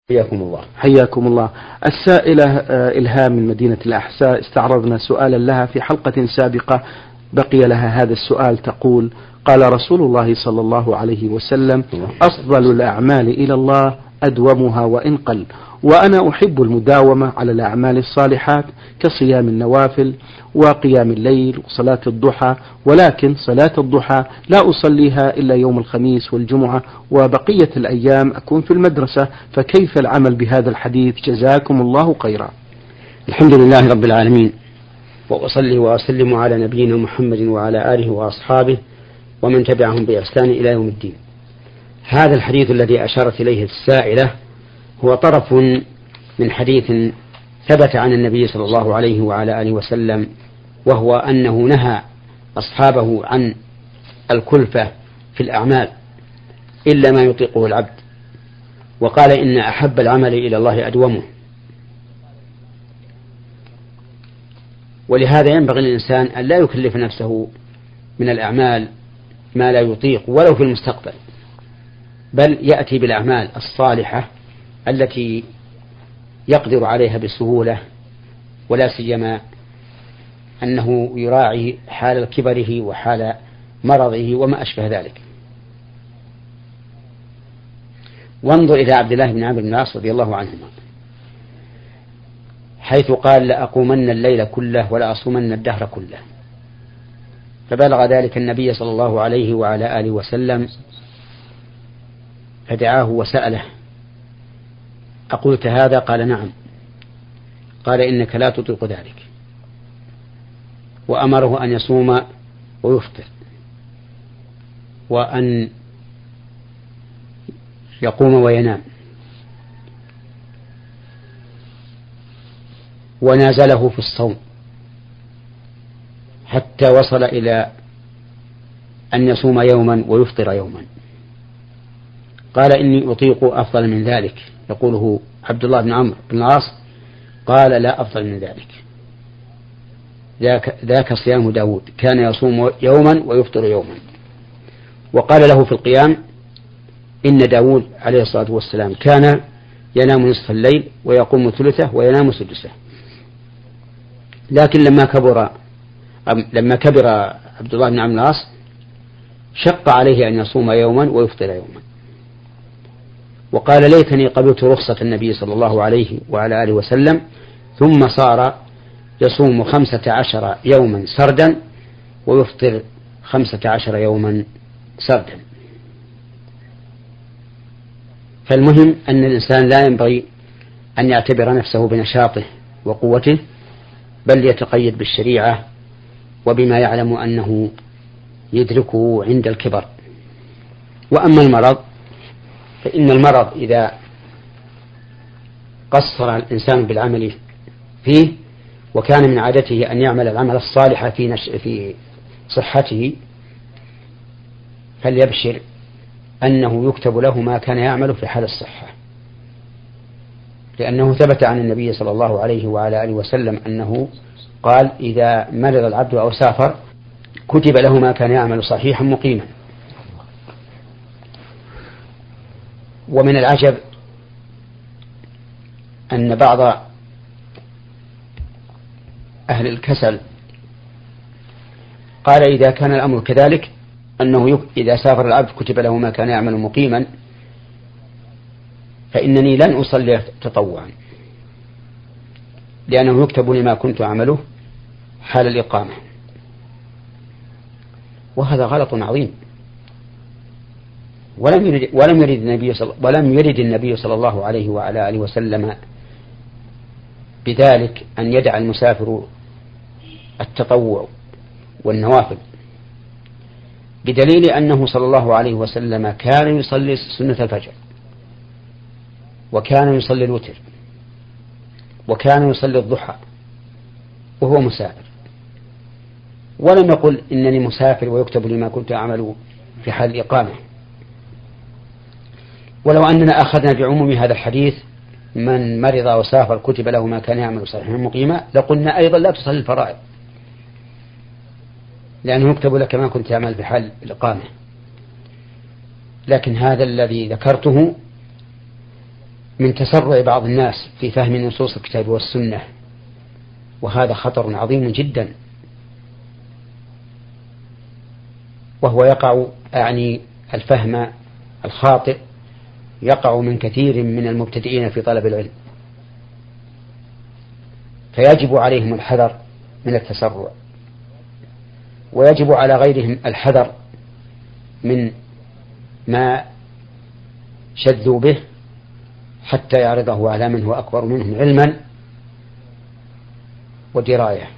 حياكم الله. حياكم الله. السائلة إلهام من مدينة الأحساء استعرضنا سؤالا لها في حلقة سابقة بقي لها هذا السؤال. تقول: قال رسول الله صلى الله عليه وسلم: أفضل الأعمال إلى الله أدومها وإن قل، وأنا أحب المداومة على الأعمال الصالحات كصيام النوافل وقيام الليل وصلاة الضحى، ولكن صلاة الضحى لا أصليها إلا يوم الخميس والجمعة، وبقية الأيام أكون في المدرسة، فكيف العمل بهذا الحديث؟ جزاكم الله خيرا. الحمد لله رب العالمين، وأصلي وأسلم على نبينا محمد وعلى آله وأصحابه ومن تبعهم بإحسان إلى يوم الدين. هذا الحديث الذي أشارت إليه السائلة هو طرف من حديث ثبت عن النبي صلى الله عليه وعلى آله وسلم، وهو أنه نهى أصحابه عن الكلفة في الأعمال إلا ما يطيقه العبد، وقال: إن أحب العمل إلى الله أدومه. ولهذا ينبغي للإنسان أن لا يكلف نفسه من الأعمال ما لا يطيق ولو في المستقبل، بل يأتي بالأعمال الصالحة التي يقدر عليها بسهولة، ولا سيما أنه يراعي حال كبره وحال مرضه وما أشبه ذلك. وانظر إلى عبد الله بن عمرو بن العاص رضي الله عنهما، حيث قال: لأقومن الليل كله ولأصومن الدهر كله. فبلغ ذلك النبي صلى الله عليه وعلى آله وسلم فدعاه وسأله: أقلت هذا؟ قال: نعم. قال: إنك لا تطيق ذلك. وأمره أن يصوم ويفطر، وأن يقوم وينام، ونازله في الصوم حتى وصل إلى أن يصوم يوما ويفطر يوما. قال: إني أطيق أفضل من ذلك. يقوله عبد الله بن عمرو بن العاص: قال: لا أفضل من ذلك، ذاك صيام داود، كان يصوم يوما ويفطر يوما. وقال له في القيام: إن داود عليه الصلاة والسلام كان ينام نصف الليل ويقوم ثلثه وينام سدسه. لكن لما كبر عبد الله بن عمرو بن العاص شق عليه أن يصوم يوما ويفطر يوما، وقال: ليتني قبلت رخصة النبي صلى الله عليه وعلى آله وسلم. ثم صار يصوم 15 يوما سردا ويفطر 15 يوما سردا. فالمهم أن الإنسان لا ينبغي أن يعتبر نفسه بنشاطه وقوته، بل يتقيد بالشريعة وبما يعلم أنه يدركه عند الكبر. وأما المرض فإن المرض إذا قصر الإنسان بالعمل فيه وكان من عادته أن يعمل العمل الصالح في صحته، فليبشر أنه يكتب له ما كان يعمل في حال الصحة، لأنه ثبت عن النبي صلى الله عليه وعلى آله وسلم أنه قال: إذا مرض العبد أو سافر كتب له ما كان يعمل صحيحا مقيما. ومن العجب أن بعض أهل الكسل قال: إذا كان الأمر كذلك أنه إذا سافر العبد كتب له ما كان يعمل مقيما، فإنني لن أصلي تطوعا، لأنه يكتب لي ما كنت أعمله حال الإقامة. وهذا غلط عظيم. ولم يرد النبي صلى الله عليه وعلى آله وسلم بذلك أن يدع المسافر التطوع والنوافل، بدليل أنه صلى الله عليه وسلم كان يصلي سنة الفجر، وكان يصلي الوتر، وكان يصلي الضحى وهو مسافر، ولم يقل إنني مسافر ويكتب لي ما كنت أعمل في حال الإقامة. ولو أننا أخذنا بعموم هذا الحديث: من مرض أو سافر كتب له ما كان يعمل صحيحا مقيما، لقلنا أيضا لا تصلي الفرائض، لأنه يكتب لك ما كنت تعمل في حال الإقامة. لكن هذا الذي ذكرته من تسرع بعض الناس في فهم نصوص الكتاب والسنة، وهذا خطر عظيم جدا، وهو يقع يعني الفهم الخاطئ يقع من كثير من المبتدئين في طلب العلم، فيجب عليهم الحذر من التسرع، ويجب على غيرهم الحذر من ما شذوا به حتى يعرضه على من هو أكبر منهم علما ودراية.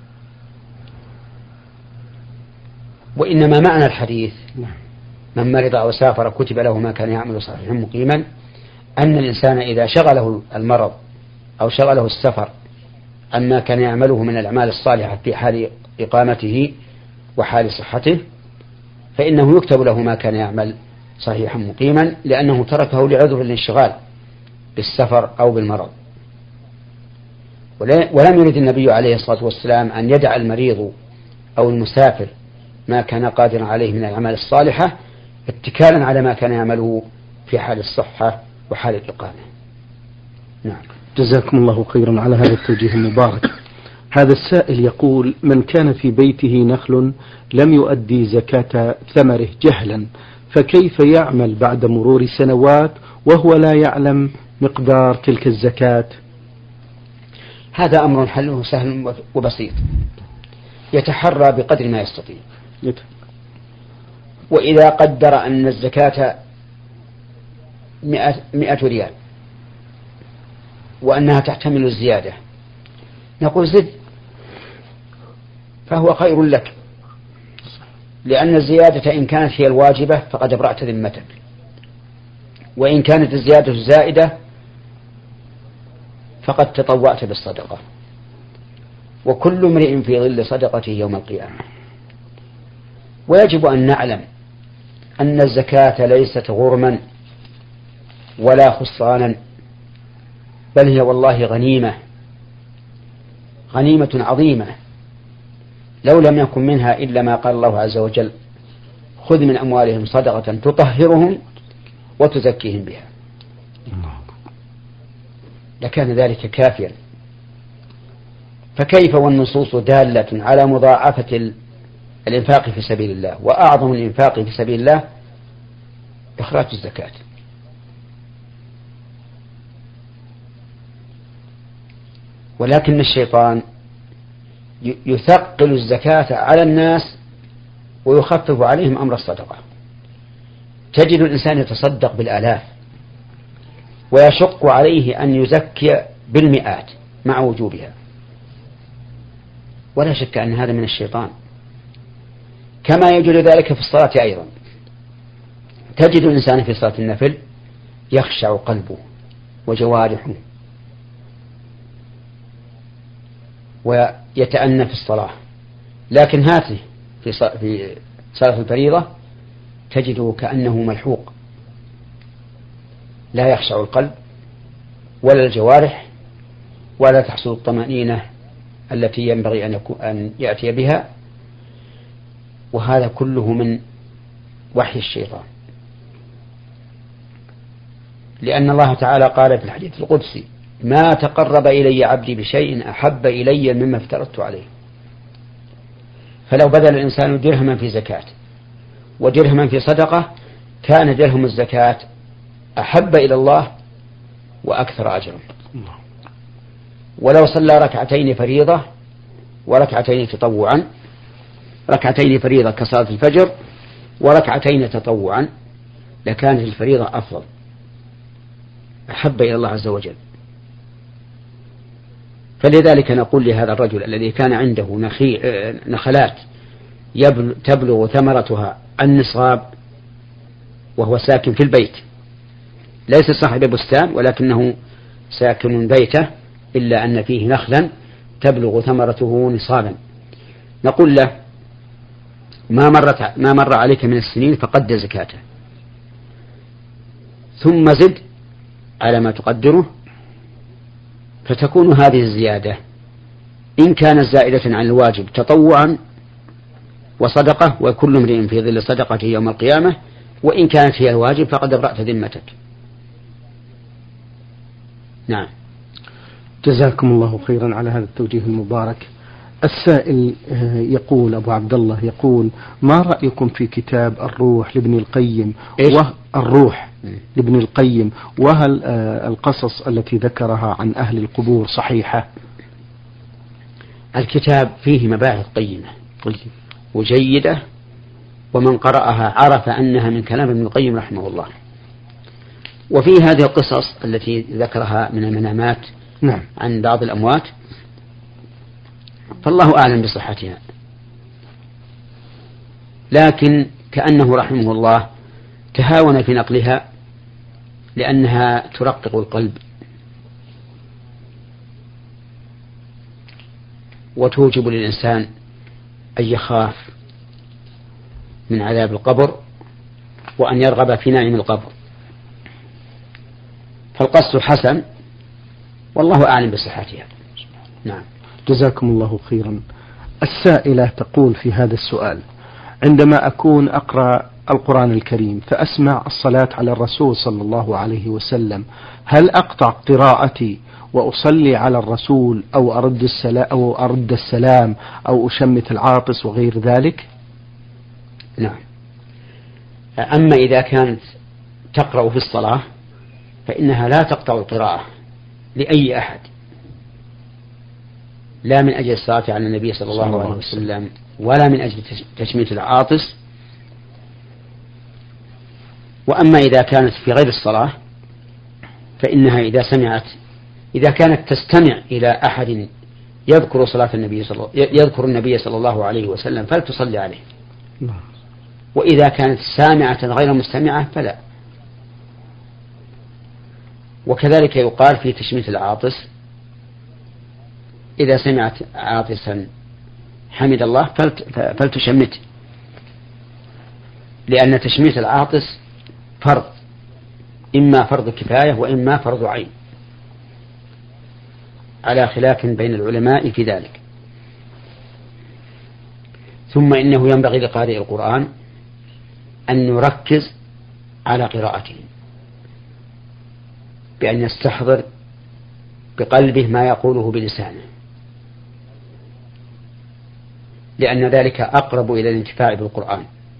وإنما معنى الحديث من مرض أو سافر كتب له ما كان يعمل صحيحا مقيما، أن الإنسان إذا شغله المرض أو شغله السفر عما كان يعمله من الأعمال الصالحة في حال إقامته وحال صحته، فإنه يكتب له ما كان يعمل صحيحا مقيما، لأنه تركه لعذر الانشغال بالسفر أو بالمرض. ولم يرد النبي عليه الصلاة والسلام أن يدع المريض أو المسافر ما كان قادرا عليه من الأعمال الصالحة اتكالا على ما كان يعمله في حال الصحة وحال الإقامة. نعم. جزاكم الله خيرا على هذا التوجيه المبارك. هذا السائل يقول: من كان في بيته نخل لم يؤدي زكاة ثمره جهلا، فكيف يعمل بعد مرور سنوات وهو لا يعلم مقدار تلك الزكاة؟ هذا أمر حله سهل وبسيط، يتحرى بقدر ما يستطيع. وإذا قدر أن الزكاة 100 ريال وأنها تحتمل الزيادة، نقول زد، فهو خير لك، لأن الزيادة إن كانت هي الواجبة فقد أبرأت ذمتك، وإن كانت الزيادة زائدة فقد تطوعت بالصدقة، وكل امرئ في ظل صدقته يوم القيامة. ويجب أن نعلم أن الزكاة ليست غرما ولا خسرانا، بل هي والله غنيمة عظيمة، لو لم يكن منها إلا ما قال الله عز وجل: خذ من أموالهم صدقة تطهرهم وتزكيهم بها، لكان ذلك كافيا. فكيف والنصوص دالة على مضاعفة الإنفاق في سبيل الله، وأعظم الإنفاق في سبيل الله إخراج الزكاة. ولكن الشيطان يثقل الزكاة على الناس ويخفف عليهم أمر الصدقة. تجد الإنسان يتصدق بالآلاف ويشق عليه أن يزكي بالمئات مع وجوبها، ولا شك أن هذا من الشيطان. كما يوجد ذلك في الصلاة أيضا، تجد الإنسان في صلاة النفل يخشع قلبه وجوارحه ويتأنى في الصلاة، لكن هاته في صلاة الفريضة تجده كأنه ملحوق، لا يخشع القلب ولا الجوارح، ولا تحصل الطمأنينة التي ينبغي أن يأتي بها، وهذا كله من وحي الشيطان. لأن الله تعالى قال في الحديث القدسي: ما تقرب إلي عبدي بشيء أحب إلي مما افترضت عليه. فلو بذل الإنسان درهما في زكاة ودرهما في صدقة كان درهم الزكاة أحب إلى الله وأكثر أجرا. ولو صلى ركعتين فريضة وركعتين تطوعا، ركعتين فريضة كصلاة الفجر وركعتين تطوعا، لكانت الفريضة أفضل أحب إلى الله عز وجل. فلذلك نقول لهذا الرجل الذي كان عنده نخلات تبلغ ثمرتها النصاب وهو ساكن في البيت، ليس صاحب بستان ولكنه ساكن بيته، إلا أن فيه نخلا تبلغ ثمرته نصابا، نقول له: ما مر عليك من السنين فقد زكاته، ثم زد على ما تقدره، فتكون هذه الزيادة إن كانت زائدة عن الواجب تطوعا وصدقة، وكل امرئ في ظل صدقته يوم القيامة، وإن كانت هي الواجب فقد أبرأت ذمتك. نعم. جزاكم الله خيرا على هذا التوجيه المبارك. السائل يقول أبو عبد الله يقول: ما رأيكم في كتاب الروح لابن القيم؟ الروح لابن القيم، وهل القصص التي ذكرها عن أهل القبور صحيحة؟ الكتاب فيه مباحث قيمة وجيدة، ومن قرأها عرف أنها من كلام ابن القيم رحمه الله. وفي هذه القصص التي ذكرها من المنامات نعم عن بعض الأموات، فالله أعلم بصحتها، لكن كأنه رحمه الله تهاون في نقلها لأنها ترقق القلب وتوجب للإنسان أن يخاف من عذاب القبر وأن يرغب في نعيم القبر، فالقصد حسن والله أعلم بصحتها. نعم. جزاكم الله خيرا. السائلة تقول في هذا السؤال: عندما أكون أقرأ القرآن الكريم فأسمع الصلاة على الرسول صلى الله عليه وسلم، هل أقطع قراءتي وأصلي على الرسول أو أرد السلام أو أشمت العاطس وغير ذلك؟ نعم. أما إذا كانت تقرأ في الصلاة فإنها لا تقطع القراءة لأي أحد، لا من أجل الصلاة على النبي صلى الله عليه وسلم ولا من أجل تشميت العاطس. وأما إذا كانت في غير الصلاة فإنها إذا كانت تستمع إلى أحد يذكر يذكر النبي صلى الله عليه وسلم فلتصلي عليه، وإذا كانت سامعة غير مستمعة فلا. وكذلك يقال في تشميت العاطس: إذا سمعت عاطسا حمد الله فلتشمته، لأن تشميت العاطس فرض، إما فرض كفاية وإما فرض عين، على خلاف بين العلماء في ذلك. ثم إنه ينبغي لقارئ القرآن أن يركز على قراءته بأن يستحضر بقلبه ما يقوله بلسانه، لأن ذلك أقرب إلى الانتفاع بالقرآن،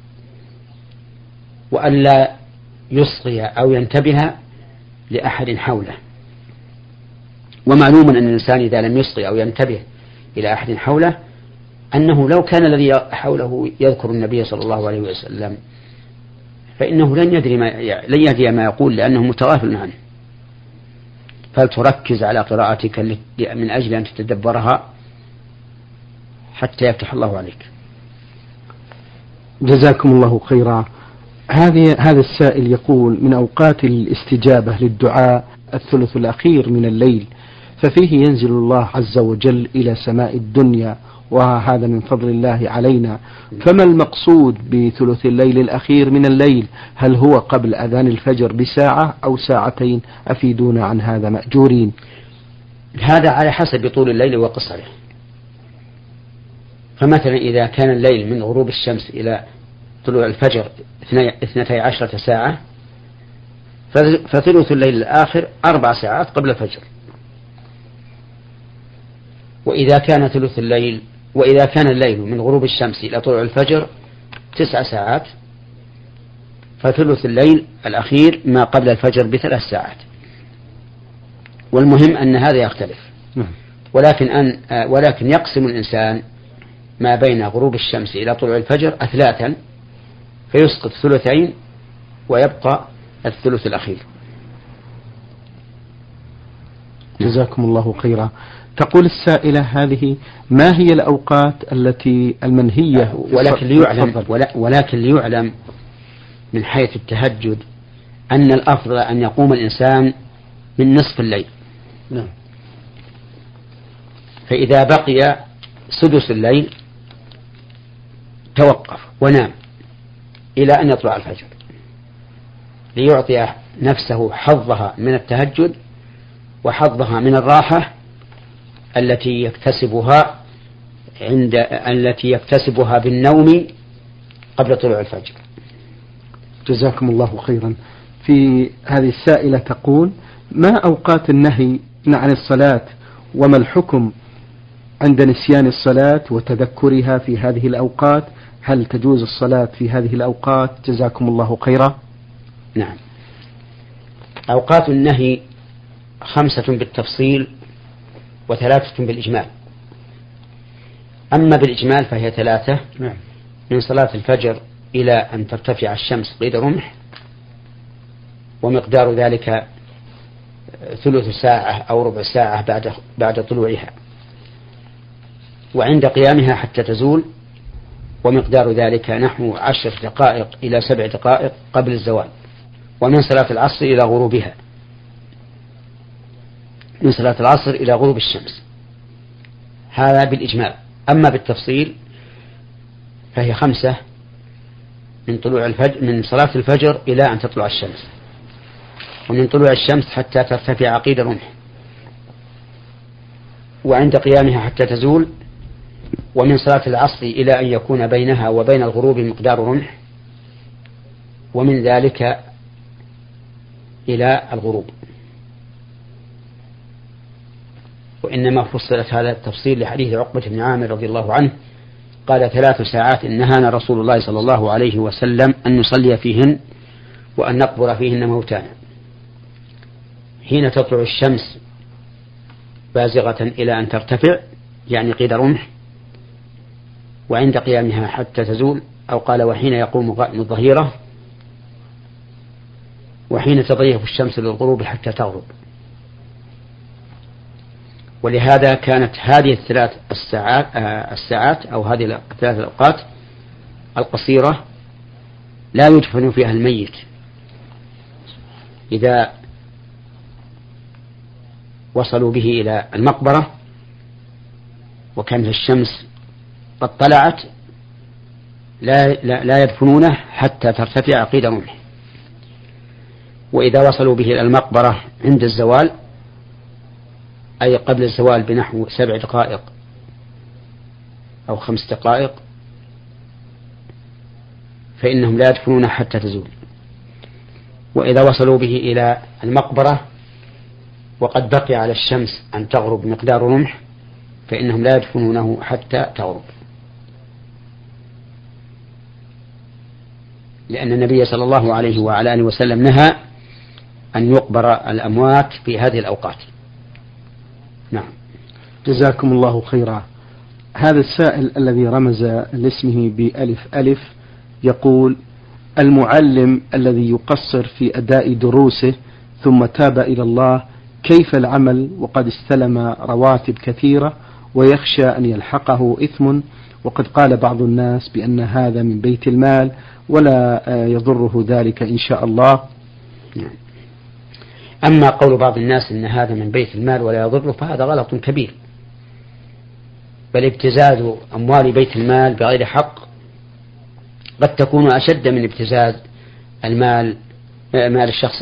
وأن لا يصغي أو ينتبه لأحد حوله. ومعلوم أن الإنسان إذا لم يصغي أو ينتبه إلى أحد حوله أنه لو كان الذي حوله يذكر النبي صلى الله عليه وسلم فإنه لن يدري ما يقول، لأنه متغافل عنه. فلتركز على قراءتك من أجل أن تتدبرها حتى يفتح الله عليك. جزاكم الله خيرا. هذا السائل يقول: من أوقات الاستجابة للدعاء الثلث الأخير من الليل، ففيه ينزل الله عز وجل إلى سماء الدنيا، وهذا من فضل الله علينا، فما المقصود بثلث الليل الأخير من الليل؟ هل هو قبل أذان الفجر بساعة أو ساعتين؟ أفيدونا عن هذا مأجورين. هذا على حسب طول الليل وقصره. فمثلا إذا كان الليل من غروب الشمس إلى طلوع الفجر 12 ساعة فثلث الليل الآخر 4 ساعات قبل الفجر. وإذا كان الليل من غروب الشمس إلى طلوع الفجر 9 ساعات فثلث الليل الأخير ما قبل الفجر ب3 ساعات. والمهم أن هذا يختلف، ولكن يقسم الإنسان ما بين غروب الشمس إلى طلوع الفجر 3 فيسقط 2 ويبقى الثلث الأخير. جزاكم الله خيرا. تقول السائلة هذه: ما هي الأوقات التي المنهية؟ ولكن ليعلم من حيث التهجد أن الأفضل أن يقوم الإنسان من نصف الليل. نعم. فإذا بقي سدس الليل توقف ونام إلى أن يطلع الفجر ليعطي نفسه حظها من التهجد وحظها من الراحة التي يكتسبها بالنوم قبل طلوع الفجر. جزاكم الله خيرا. في هذه السائلة تقول: ما أوقات النهي عن الصلاة، وما الحكم عند نسيان الصلاة وتذكرها في هذه الأوقات؟ هل تجوز الصلاة في هذه الأوقات؟ جزاكم الله خيرا. نعم، أوقات النهي 5 بالتفصيل و3 بالإجمال. أما بالإجمال فهي 3. نعم. من صلاة الفجر إلى أن ترتفع الشمس قيد رمح، ومقدار ذلك ثلث ساعة أو ربع ساعة بعد طلوعها، وعند قيامها حتى تزول، ومقدار ذلك نحو 10 دقائق إلى 7 دقائق قبل الزوال. ومن صلاة العصر إلى غروبها، من صلاة العصر إلى غروب الشمس. هذا بالإجمال. أما بالتفصيل فهي 5 من طلوع الفجر، من صلاة الفجر إلى أن تطلع الشمس، ومن طلوع الشمس حتى ترتفع قيد رمح، وعند قيامها حتى تزول، ومن صلاة العصر إلى أن يكون بينها وبين الغروب مقدار رمح، ومن ذلك إلى الغروب. وإنما فصلت هذا التفصيل لحديث عقبة بن عامر رضي الله عنه قال 3 ساعات نهانا رسول الله صلى الله عليه وسلم أن نصلي فيهن وأن نقبر فيهن موتانا: حين تطلع الشمس بازغة إلى أن ترتفع يعني قيد رمح، وعند قيامها حتى تزول، أو قال وحين يقوم قائم الظهيرة، وحين تضيف الشمس للغروب حتى تغرب. ولهذا كانت هذه الساعات أو هذه 3 الأوقات القصيرة لا يدفن فيها الميت إذا وصلوا به إلى المقبرة وكانت الشمس قد طلعت، لا يدفنونه حتى ترتفع قيد رمح. وإذا وصلوا به إلى المقبرة عند الزوال، أي قبل الزوال بنحو 7 دقائق أو 5 دقائق، فإنهم لا يدفنونه حتى تزول. وإذا وصلوا به إلى المقبرة وقد بقي على الشمس أن تغرب مقدار رمح، فإنهم لا يدفنونه حتى تغرب، لأن النبي صلى الله عليه وعلى آله وسلم نهى أن يقبر الأموات في هذه الأوقات. نعم. جزاكم الله خيرا. هذا السائل الذي رمز لاسمه ب1 يقول: المعلم الذي يقصر في أداء دروسه ثم تاب إلى الله، كيف العمل وقد استلم رواتب كثيرة ويخشى أن يلحقه إثم، وقد قال بعض الناس بأن هذا من بيت المال ولا يضره ذلك إن شاء الله؟ أما قول بعض الناس إن هذا من بيت المال ولا يضره فهذا غلط كبير، بل ابتزاز أموال بيت المال بغير حق قد تكون أشد من ابتزاز مال الشخص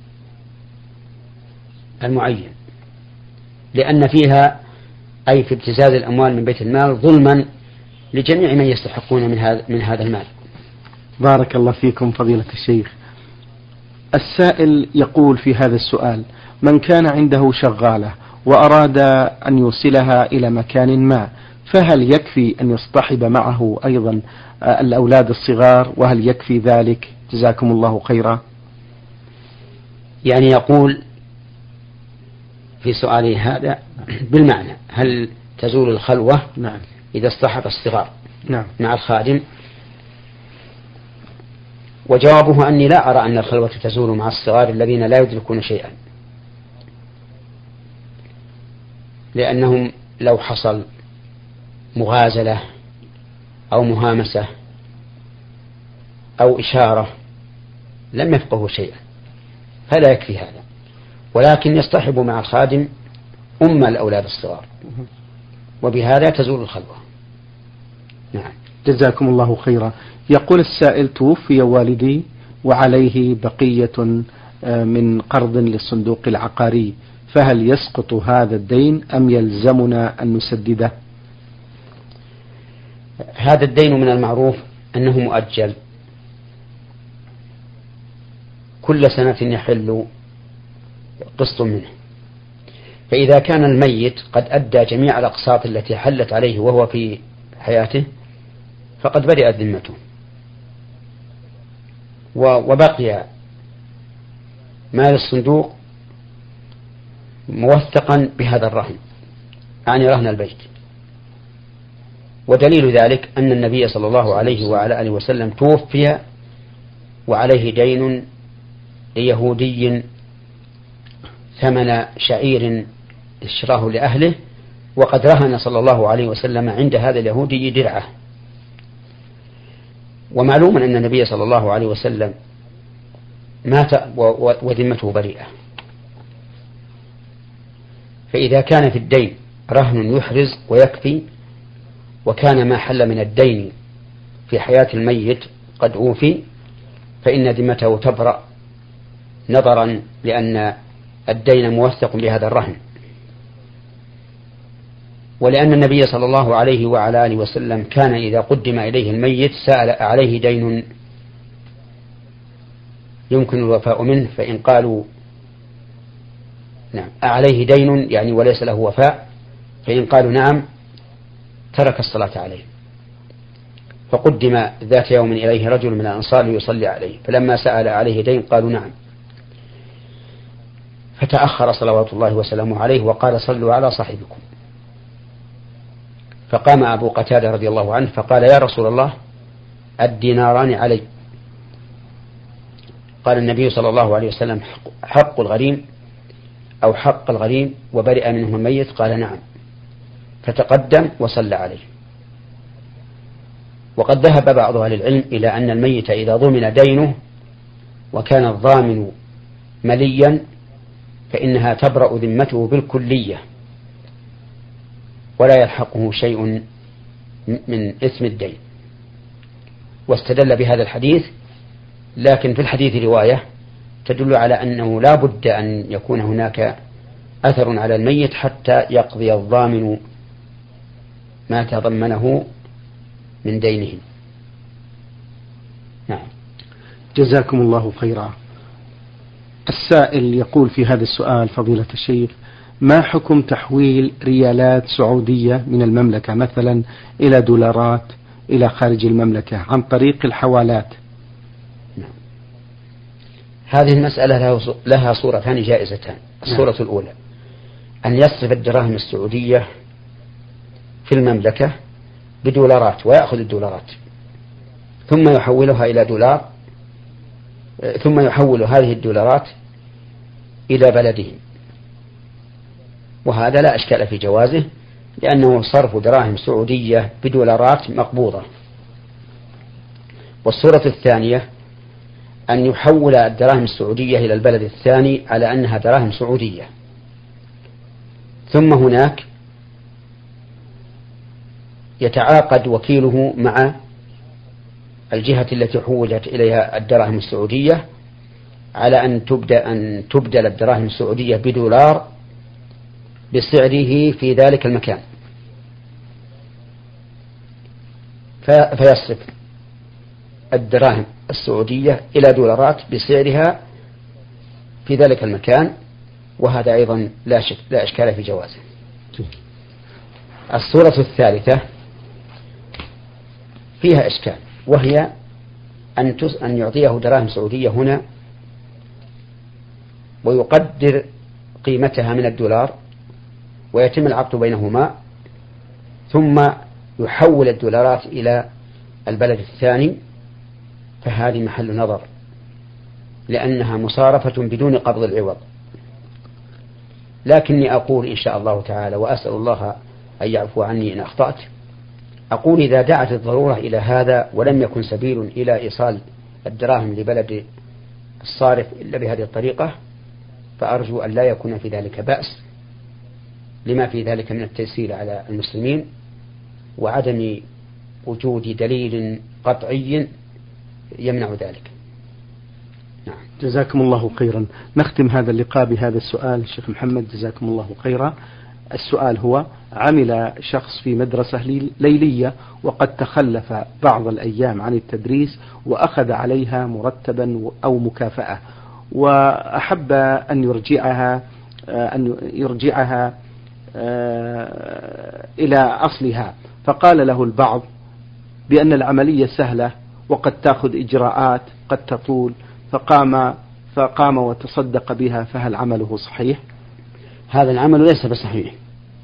المعين، لأن فيها أي في ابتزاز الأموال من بيت المال ظلما لجميع من يستحقون من هذا المال. بارك الله فيكم فضيلة الشيخ. السائل يقول في هذا السؤال: من كان عنده شغالة وأراد أن يوصلها إلى مكان ما، فهل يكفي أن يصطحب معه أيضا الأولاد الصغار، وهل يكفي ذلك؟ جزاكم الله خيرا. يعني يقول في سؤاله هذا بالمعنى: هل تزول الخلوة؟ نعم. إذا اصطحب الصغار نعم. مع الخادم؟ وجوابه أني لا أرى أن الخلوة تزول مع الصغار الذين لا يدركون شيئا، لأنهم لو حصل مغازلة أو مهامسة أو إشارة لم يفقهوا شيئا، فلا يكفي هذا، ولكن يصطحب مع الخادم الأولاد الصغار، وبهذا تزول الخلوة. نعم. جزاكم الله خيرا. يقول السائل: توفي والدي وعليه بقية من قرض للصندوق العقاري، فهل يسقط هذا الدين أم يلزمنا أن نسدده؟ هذا الدين من المعروف أنه مؤجل، كل سنة يحل قسط منه. فإذا كان الميت قد أدى جميع الأقساط التي حلت عليه وهو في حياته فقد برئت ذمته، وبقي مال الصندوق موثقا بهذا الرهن، يعني رهن البيت. ودليل ذلك أن النبي صلى الله عليه وعلى آله وسلم توفي وعليه دين ليهودي ثمن شعير اشتراه لأهله، وقد رهن صلى الله عليه وسلم عند هذا اليهودي درعه. ومعلوم أن النبي صلى الله عليه وسلم مات وذمته بريئة. فإذا كان في الدين رهن يحرز ويكفي، وكان ما حل من الدين في حياة الميت قد أوفي، فإن ذمته تبرأ نظرا لأن الدين موثق بهذا الرهن. ولأن النبي صلى الله عليه وعلى آله وسلم كان إذا قدم إليه الميت سأل عليه دين يمكن الوفاء منه، فإن قالوا نعم عليه دين يعني وليس له وفاء، فإن قالوا نعم ترك الصلاة عليه. فقدم ذات يوم إليه رجل من الأنصار ليصلي عليه، فلما سأل عليه دين قالوا نعم، فتأخر صلوات الله وسلامه عليه وقال صلوا على صاحبكم. فقام أبو قتادة رضي الله عنه فقال يا رسول الله الديناران علي. قال النبي صلى الله عليه وسلم حق الغريم أو حق الغريم وبرئ منه الميت؟ قال نعم. فتقدم وصلى عليه. وقد ذهب بعض أهل العلم إلى أن الميت إذا ضمن دينه وكان الضامن مليا فإنها تبرأ ذمته بالكلية ولا يلحقه شيء من اسم الدين. واستدل بهذا الحديث، لكن في الحديث رواية تدل على أنه لا بد أن يكون هناك أثر على الميت حتى يقضي الضامن ما تضمنه من دينه. نعم. جزاكم الله خيرا. السائل يقول في هذا السؤال فضيلة الشيخ: ما حكم تحويل ريالات سعودية من المملكة مثلا إلى دولارات إلى خارج المملكة عن طريق الحوالات؟ نعم. هذه المسألة لها صورتان جائزتان. الصورة الأولى أن يصرف الدراهم السعودية في المملكة بدولارات ويأخذ الدولارات ثم يحولها إلى دولار، ثم يحول هذه الدولارات إلى بلدهم، وهذا لا أشكال في جوازه لأنه صرف دراهم سعودية بدولارات مقبوضة. والصورة الثانية أن يحول الدراهم السعودية إلى البلد الثاني على أنها دراهم سعودية، ثم هناك يتعاقد وكيله مع الجهة التي حولت إليها الدراهم السعودية على أن تبدل الدراهم السعودية بدولار بسعره في ذلك المكان، فيصرف الدراهم السعودية إلى دولارات بسعرها في ذلك المكان، وهذا أيضا لا إشكال في جوازه. الصورة الثالثة فيها إشكال، وهي أن يعطيه دراهم سعودية هنا ويقدر قيمتها من الدولار ويتم العقد بينهما، ثم يحول الدولارات إلى البلد الثاني، فهذه محل نظر لأنها مصارفة بدون قبض العوض. لكني أقول إن شاء الله تعالى، وأسأل الله أن يعفو عني إن أخطأت، أقول إذا دعت الضرورة إلى هذا ولم يكن سبيل إلى إيصال الدراهم لبلد الصارف إلا بهذه الطريقة، فأرجو أن لا يكون في ذلك بأس، لما في ذلك من التيسير على المسلمين وعدم وجود دليل قطعي يمنع ذلك. نعم. جزاكم الله خيرا. نختم هذا اللقاء بهذا السؤال الشيخ محمد، جزاكم الله خيرا. السؤال هو: عمل شخص في مدرسة ليلية وقد تخلف بعض الأيام عن التدريس وأخذ عليها مرتبا أو مكافأة، وأحب أن يرجعها إلى أصلها، فقال له البعض بأن العملية سهلة وقد تأخذ إجراءات قد تطول، فقام وتصدق بها، فهل عمله صحيح؟ هذا العمل ليس بصحيح،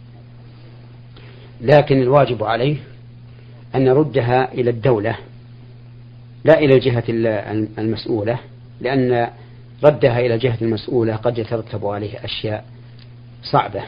لكن الواجب عليه أن يردها إلى الدولة لا إلى الجهة المسؤولة، لأن ردها إلى الجهة المسؤولة قد يترتب عليه أشياء صعبة.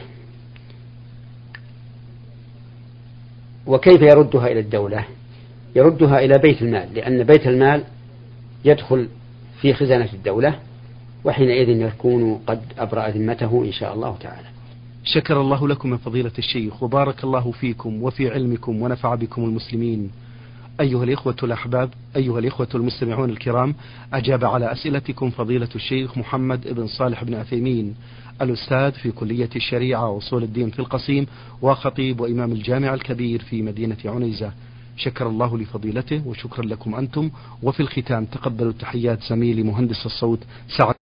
وكيف يردها إلى الدولة؟ يردها إلى بيت المال، لأن بيت المال يدخل في خزانة الدولة، وحينئذ يكون قد أبرأ ذمته إن شاء الله تعالى. شكر الله لكم من فضيلة الشيخ، وبارك الله فيكم وفي علمكم ونفع بكم المسلمين. أيها الإخوة الأحباب، أيها الإخوة المستمعون الكرام، أجاب على أسئلتكم فضيلة الشيخ محمد بن صالح بن عثيمين، الأستاذ في كلية الشريعة وأصول الدين في القصيم، وخطيب وإمام الجامع الكبير في مدينة عنيزة. شكر الله لفضيلته وشكرا لكم أنتم. وفي الختام تقبلوا تحيات زميلي مهندس الصوت سعد